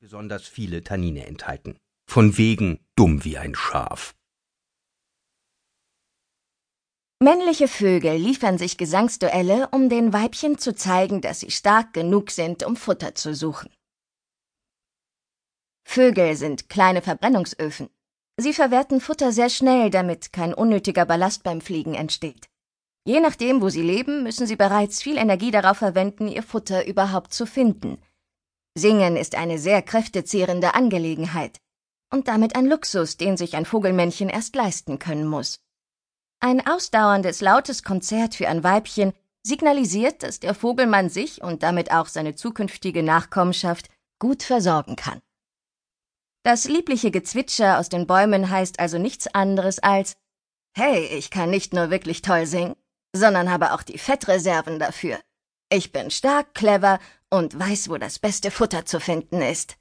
besonders viele Tannine enthalten. Von wegen dumm wie ein Schaf. Männliche Vögel liefern sich Gesangsduelle, um den Weibchen zu zeigen, dass sie stark genug sind, um Futter zu suchen. Vögel sind kleine Verbrennungsöfen. Sie verwerten Futter sehr schnell, damit kein unnötiger Ballast beim Fliegen entsteht. Je nachdem, wo sie leben, müssen sie bereits viel Energie darauf verwenden, ihr Futter überhaupt zu finden. Singen ist eine sehr kräftezehrende Angelegenheit und damit ein Luxus, den sich ein Vogelmännchen erst leisten können muss. Ein ausdauerndes, lautes Konzert für ein Weibchen signalisiert, dass der Vogelmann sich und damit auch seine zukünftige Nachkommenschaft gut versorgen kann. Das liebliche Gezwitscher aus den Bäumen heißt also nichts anderes als: Hey, ich kann nicht nur wirklich toll singen, sondern habe auch die Fettreserven dafür. Ich bin stark, clever und weiß, wo das beste Futter zu finden ist.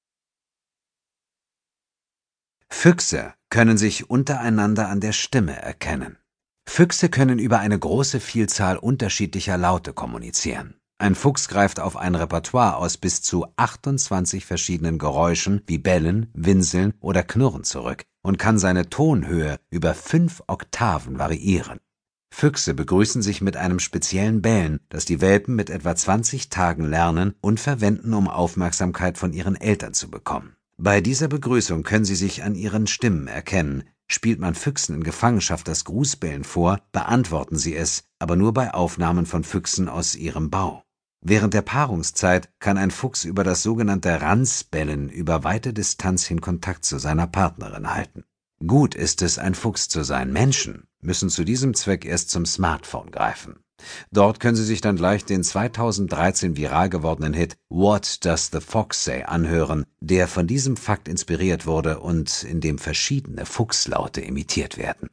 Füchse können sich untereinander an der Stimme erkennen. Füchse können über eine große Vielzahl unterschiedlicher Laute kommunizieren. Ein Fuchs greift auf ein Repertoire aus bis zu 28 verschiedenen Geräuschen wie Bellen, Winseln oder Knurren zurück und kann seine Tonhöhe über 5 Oktaven variieren. Füchse begrüßen sich mit einem speziellen Bellen, das die Welpen mit etwa 20 Tagen lernen und verwenden, um Aufmerksamkeit von ihren Eltern zu bekommen. Bei dieser Begrüßung können sie sich an ihren Stimmen erkennen. Spielt man Füchsen in Gefangenschaft das Grußbellen vor, beantworten sie es, aber nur bei Aufnahmen von Füchsen aus ihrem Bau. Während der Paarungszeit kann ein Fuchs über das sogenannte Ranzbellen über weite Distanz hin Kontakt zu seiner Partnerin halten. Gut ist es, ein Fuchs zu sein. Menschen müssen zu diesem Zweck erst zum Smartphone greifen. Dort können Sie sich dann gleich den 2013 viral gewordenen Hit What Does the Fox Say anhören, der von diesem Fakt inspiriert wurde und in dem verschiedene Fuchslaute imitiert werden.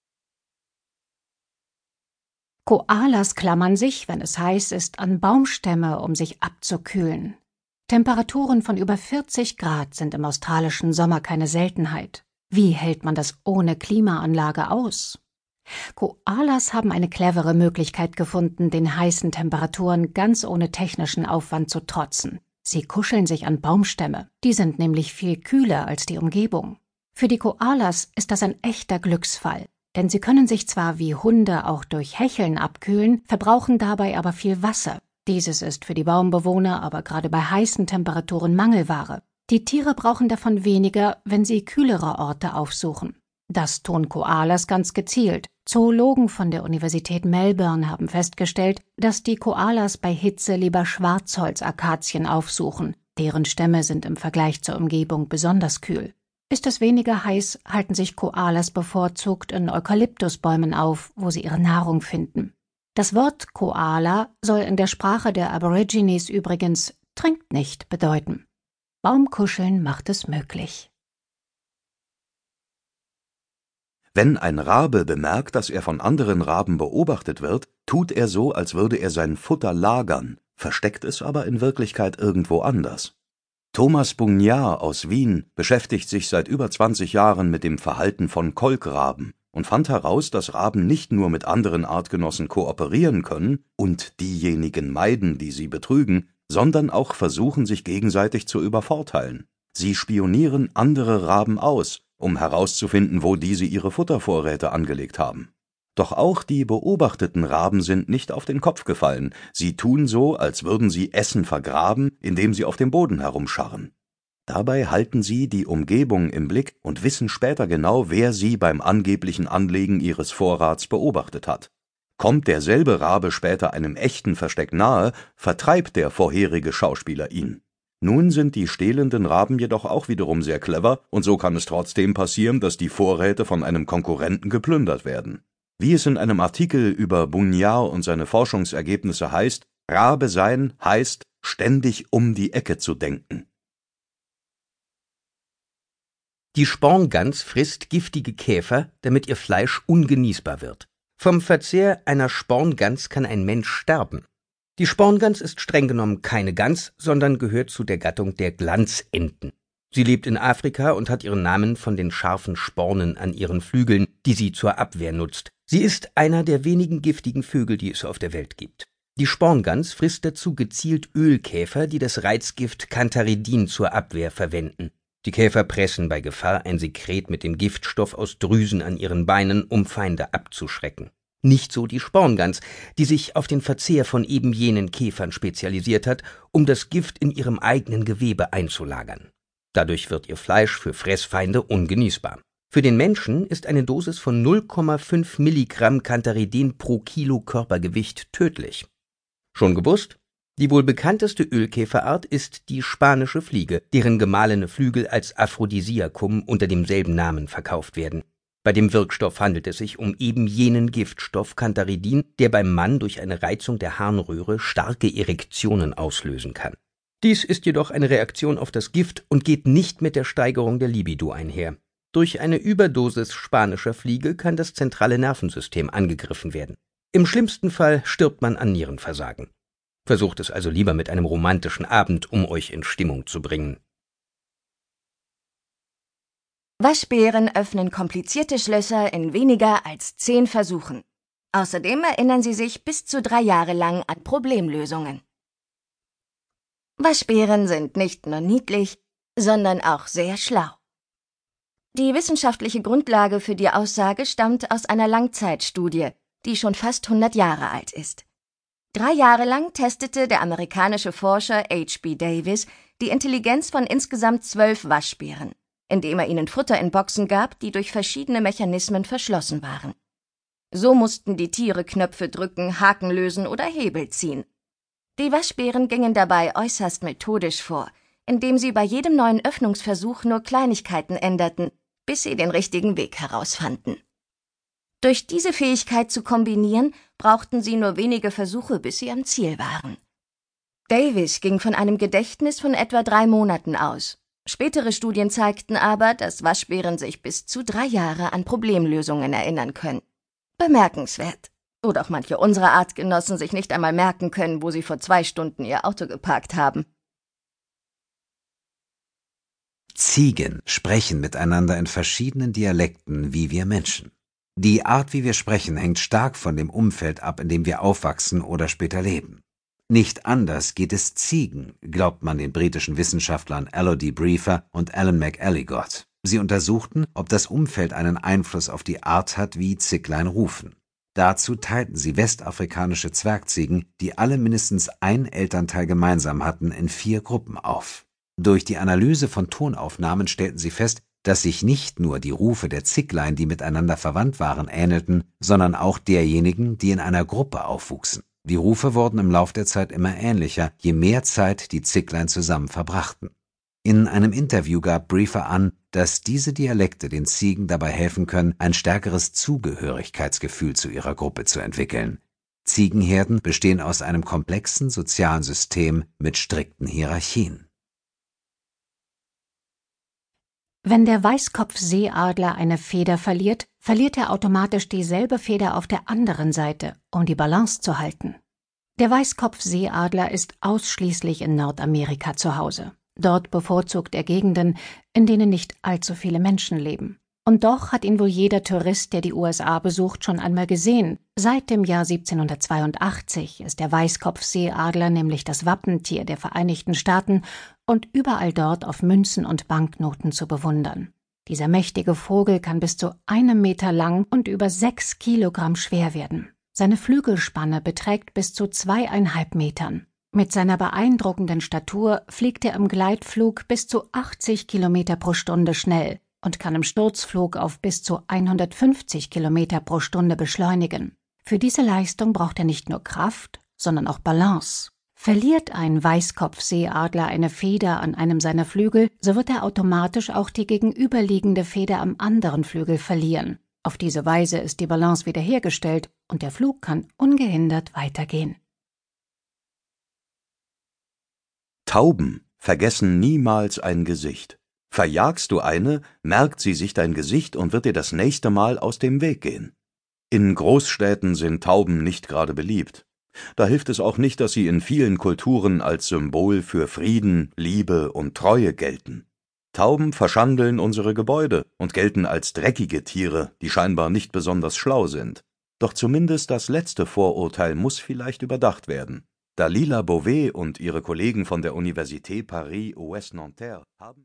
Koalas klammern sich, wenn es heiß ist, an Baumstämme, um sich abzukühlen. Temperaturen von über 40 Grad sind im australischen Sommer keine Seltenheit. Wie hält man das ohne Klimaanlage aus? Koalas haben eine clevere Möglichkeit gefunden, den heißen Temperaturen ganz ohne technischen Aufwand zu trotzen. Sie kuscheln sich an Baumstämme. Die sind nämlich viel kühler als die Umgebung. Für die Koalas ist das ein echter Glücksfall, denn sie können sich zwar wie Hunde auch durch Hecheln abkühlen, verbrauchen dabei aber viel Wasser. Dieses ist für die Baumbewohner aber gerade bei heißen Temperaturen Mangelware. Die Tiere brauchen davon weniger, wenn sie kühlere Orte aufsuchen. Das tun Koalas ganz gezielt. Zoologen von der Universität Melbourne haben festgestellt, dass die Koalas bei Hitze lieber Schwarzholzakazien aufsuchen. Deren Stämme sind im Vergleich zur Umgebung besonders kühl. Ist es weniger heiß, halten sich Koalas bevorzugt in Eukalyptusbäumen auf, wo sie ihre Nahrung finden. Das Wort Koala soll in der Sprache der Aborigines übrigens »trinkt nicht« bedeuten. Baumkuscheln macht es möglich. Wenn ein Rabe bemerkt, dass er von anderen Raben beobachtet wird, tut er so, als würde er sein Futter lagern, versteckt es aber in Wirklichkeit irgendwo anders. Thomas Bunjar aus Wien beschäftigt sich seit über 20 Jahren mit dem Verhalten von Kolkraben und fand heraus, dass Raben nicht nur mit anderen Artgenossen kooperieren können und diejenigen meiden, die sie betrügen, sondern auch versuchen, sich gegenseitig zu übervorteilen. Sie spionieren andere Raben aus, um herauszufinden, wo diese ihre Futtervorräte angelegt haben. Doch auch die beobachteten Raben sind nicht auf den Kopf gefallen. Sie tun so, als würden sie Essen vergraben, indem sie auf dem Boden herumscharren. Dabei halten sie die Umgebung im Blick und wissen später genau, wer sie beim angeblichen Anlegen ihres Vorrats beobachtet hat. Kommt derselbe Rabe später einem echten Versteck nahe, vertreibt der vorherige Schauspieler ihn. Nun sind die stehlenden Raben jedoch auch wiederum sehr clever, und so kann es trotzdem passieren, dass die Vorräte von einem Konkurrenten geplündert werden. Wie es in einem Artikel über Bunjar und seine Forschungsergebnisse heißt, Rabe sein heißt, ständig um die Ecke zu denken. Die Sporngans frisst giftige Käfer, damit ihr Fleisch ungenießbar wird. Vom Verzehr einer Sporngans kann ein Mensch sterben. Die Sporngans ist streng genommen keine Gans, sondern gehört zu der Gattung der Glanzenten. Sie lebt in Afrika und hat ihren Namen von den scharfen Spornen an ihren Flügeln, die sie zur Abwehr nutzt. Sie ist einer der wenigen giftigen Vögel, die es auf der Welt gibt. Die Sporngans frisst dazu gezielt Ölkäfer, die das Reizgift Cantharidin zur Abwehr verwenden. Die Käfer pressen bei Gefahr ein Sekret mit dem Giftstoff aus Drüsen an ihren Beinen, um Feinde abzuschrecken. Nicht so die Sporngans, die sich auf den Verzehr von eben jenen Käfern spezialisiert hat, um das Gift in ihrem eigenen Gewebe einzulagern. Dadurch wird ihr Fleisch für Fressfeinde ungenießbar. Für den Menschen ist eine Dosis von 0,5 Milligramm Cantharidin pro Kilo Körpergewicht tödlich. Schon gewusst? Die wohl bekannteste Ölkäferart ist die spanische Fliege, deren gemahlene Flügel als Aphrodisiakum unter demselben Namen verkauft werden. Bei dem Wirkstoff handelt es sich um eben jenen Giftstoff Cantharidin, der beim Mann durch eine Reizung der Harnröhre starke Erektionen auslösen kann. Dies ist jedoch eine Reaktion auf das Gift und geht nicht mit der Steigerung der Libido einher. Durch eine Überdosis spanischer Fliege kann das zentrale Nervensystem angegriffen werden. Im schlimmsten Fall stirbt man an Nierenversagen. Versucht es also lieber mit einem romantischen Abend, um euch in Stimmung zu bringen. Waschbären öffnen komplizierte Schlösser in weniger als 10 Versuchen. Außerdem erinnern sie sich bis zu 3 Jahre lang an Problemlösungen. Waschbären sind nicht nur niedlich, sondern auch sehr schlau. Die wissenschaftliche Grundlage für die Aussage stammt aus einer Langzeitstudie, die schon fast 100 Jahre alt ist. 3 Jahre lang testete der amerikanische Forscher H.B. Davis die Intelligenz von insgesamt 12 Waschbären, indem er ihnen Futter in Boxen gab, die durch verschiedene Mechanismen verschlossen waren. So mussten die Tiere Knöpfe drücken, Haken lösen oder Hebel ziehen. Die Waschbären gingen dabei äußerst methodisch vor, indem sie bei jedem neuen Öffnungsversuch nur Kleinigkeiten änderten, bis sie den richtigen Weg herausfanden. Durch diese Fähigkeit zu kombinieren, brauchten sie nur wenige Versuche, bis sie am Ziel waren. Davis ging von einem Gedächtnis von etwa 3 Monaten aus. Spätere Studien zeigten aber, dass Waschbären sich bis zu 3 Jahre an Problemlösungen erinnern können. Bemerkenswert. Wo doch manche unserer Artgenossen sich nicht einmal merken können, wo sie vor 2 Stunden ihr Auto geparkt haben. Ziegen sprechen miteinander in verschiedenen Dialekten wie wir Menschen. Die Art, wie wir sprechen, hängt stark von dem Umfeld ab, in dem wir aufwachsen oder später leben. Nicht anders geht es Ziegen, glaubt man den britischen Wissenschaftlern Elodie Briefer und Alan McElligott. Sie untersuchten, ob das Umfeld einen Einfluss auf die Art hat, wie Zicklein rufen. Dazu teilten sie westafrikanische Zwergziegen, die alle mindestens ein Elternteil gemeinsam hatten, in 4 Gruppen auf. Durch die Analyse von Tonaufnahmen stellten sie fest, dass sich nicht nur die Rufe der Zicklein, die miteinander verwandt waren, ähnelten, sondern auch derjenigen, die in einer Gruppe aufwuchsen. Die Rufe wurden im Lauf der Zeit immer ähnlicher, je mehr Zeit die Zicklein zusammen verbrachten. In einem Interview gab Briefer an, dass diese Dialekte den Ziegen dabei helfen können, ein stärkeres Zugehörigkeitsgefühl zu ihrer Gruppe zu entwickeln. Ziegenherden bestehen aus einem komplexen sozialen System mit strikten Hierarchien. Wenn der Weißkopfseeadler eine Feder verliert, verliert er automatisch dieselbe Feder auf der anderen Seite, um die Balance zu halten. Der Weißkopfseeadler ist ausschließlich in Nordamerika zu Hause. Dort bevorzugt er Gegenden, in denen nicht allzu viele Menschen leben. Und doch hat ihn wohl jeder Tourist, der die USA besucht, schon einmal gesehen. Seit dem Jahr 1782 ist der Weißkopfseeadler nämlich das Wappentier der Vereinigten Staaten und überall dort auf Münzen und Banknoten zu bewundern. Dieser mächtige Vogel kann bis zu 1 Meter lang und über 6 Kilogramm schwer werden. Seine Flügelspanne beträgt bis zu 2,5 Metern. Mit seiner beeindruckenden Statur fliegt er im Gleitflug bis zu 80 Kilometer pro Stunde schnell und kann im Sturzflug auf bis zu 150 Kilometer pro Stunde beschleunigen. Für diese Leistung braucht er nicht nur Kraft, sondern auch Balance. Verliert ein Weißkopfseeadler eine Feder an einem seiner Flügel, so wird er automatisch auch die gegenüberliegende Feder am anderen Flügel verlieren. Auf diese Weise ist die Balance wiederhergestellt und der Flug kann ungehindert weitergehen. Tauben vergessen niemals ein Gesicht. Verjagst du eine, merkt sie sich dein Gesicht und wird dir das nächste Mal aus dem Weg gehen. In Großstädten sind Tauben nicht gerade beliebt. Da hilft es auch nicht, dass sie in vielen Kulturen als Symbol für Frieden, Liebe und Treue gelten. Tauben verschandeln unsere Gebäude und gelten als dreckige Tiere, die scheinbar nicht besonders schlau sind. Doch zumindest das letzte Vorurteil muss vielleicht überdacht werden. Dalila Bouvet und ihre Kollegen von der Université Paris-Ouest-Nanterre haben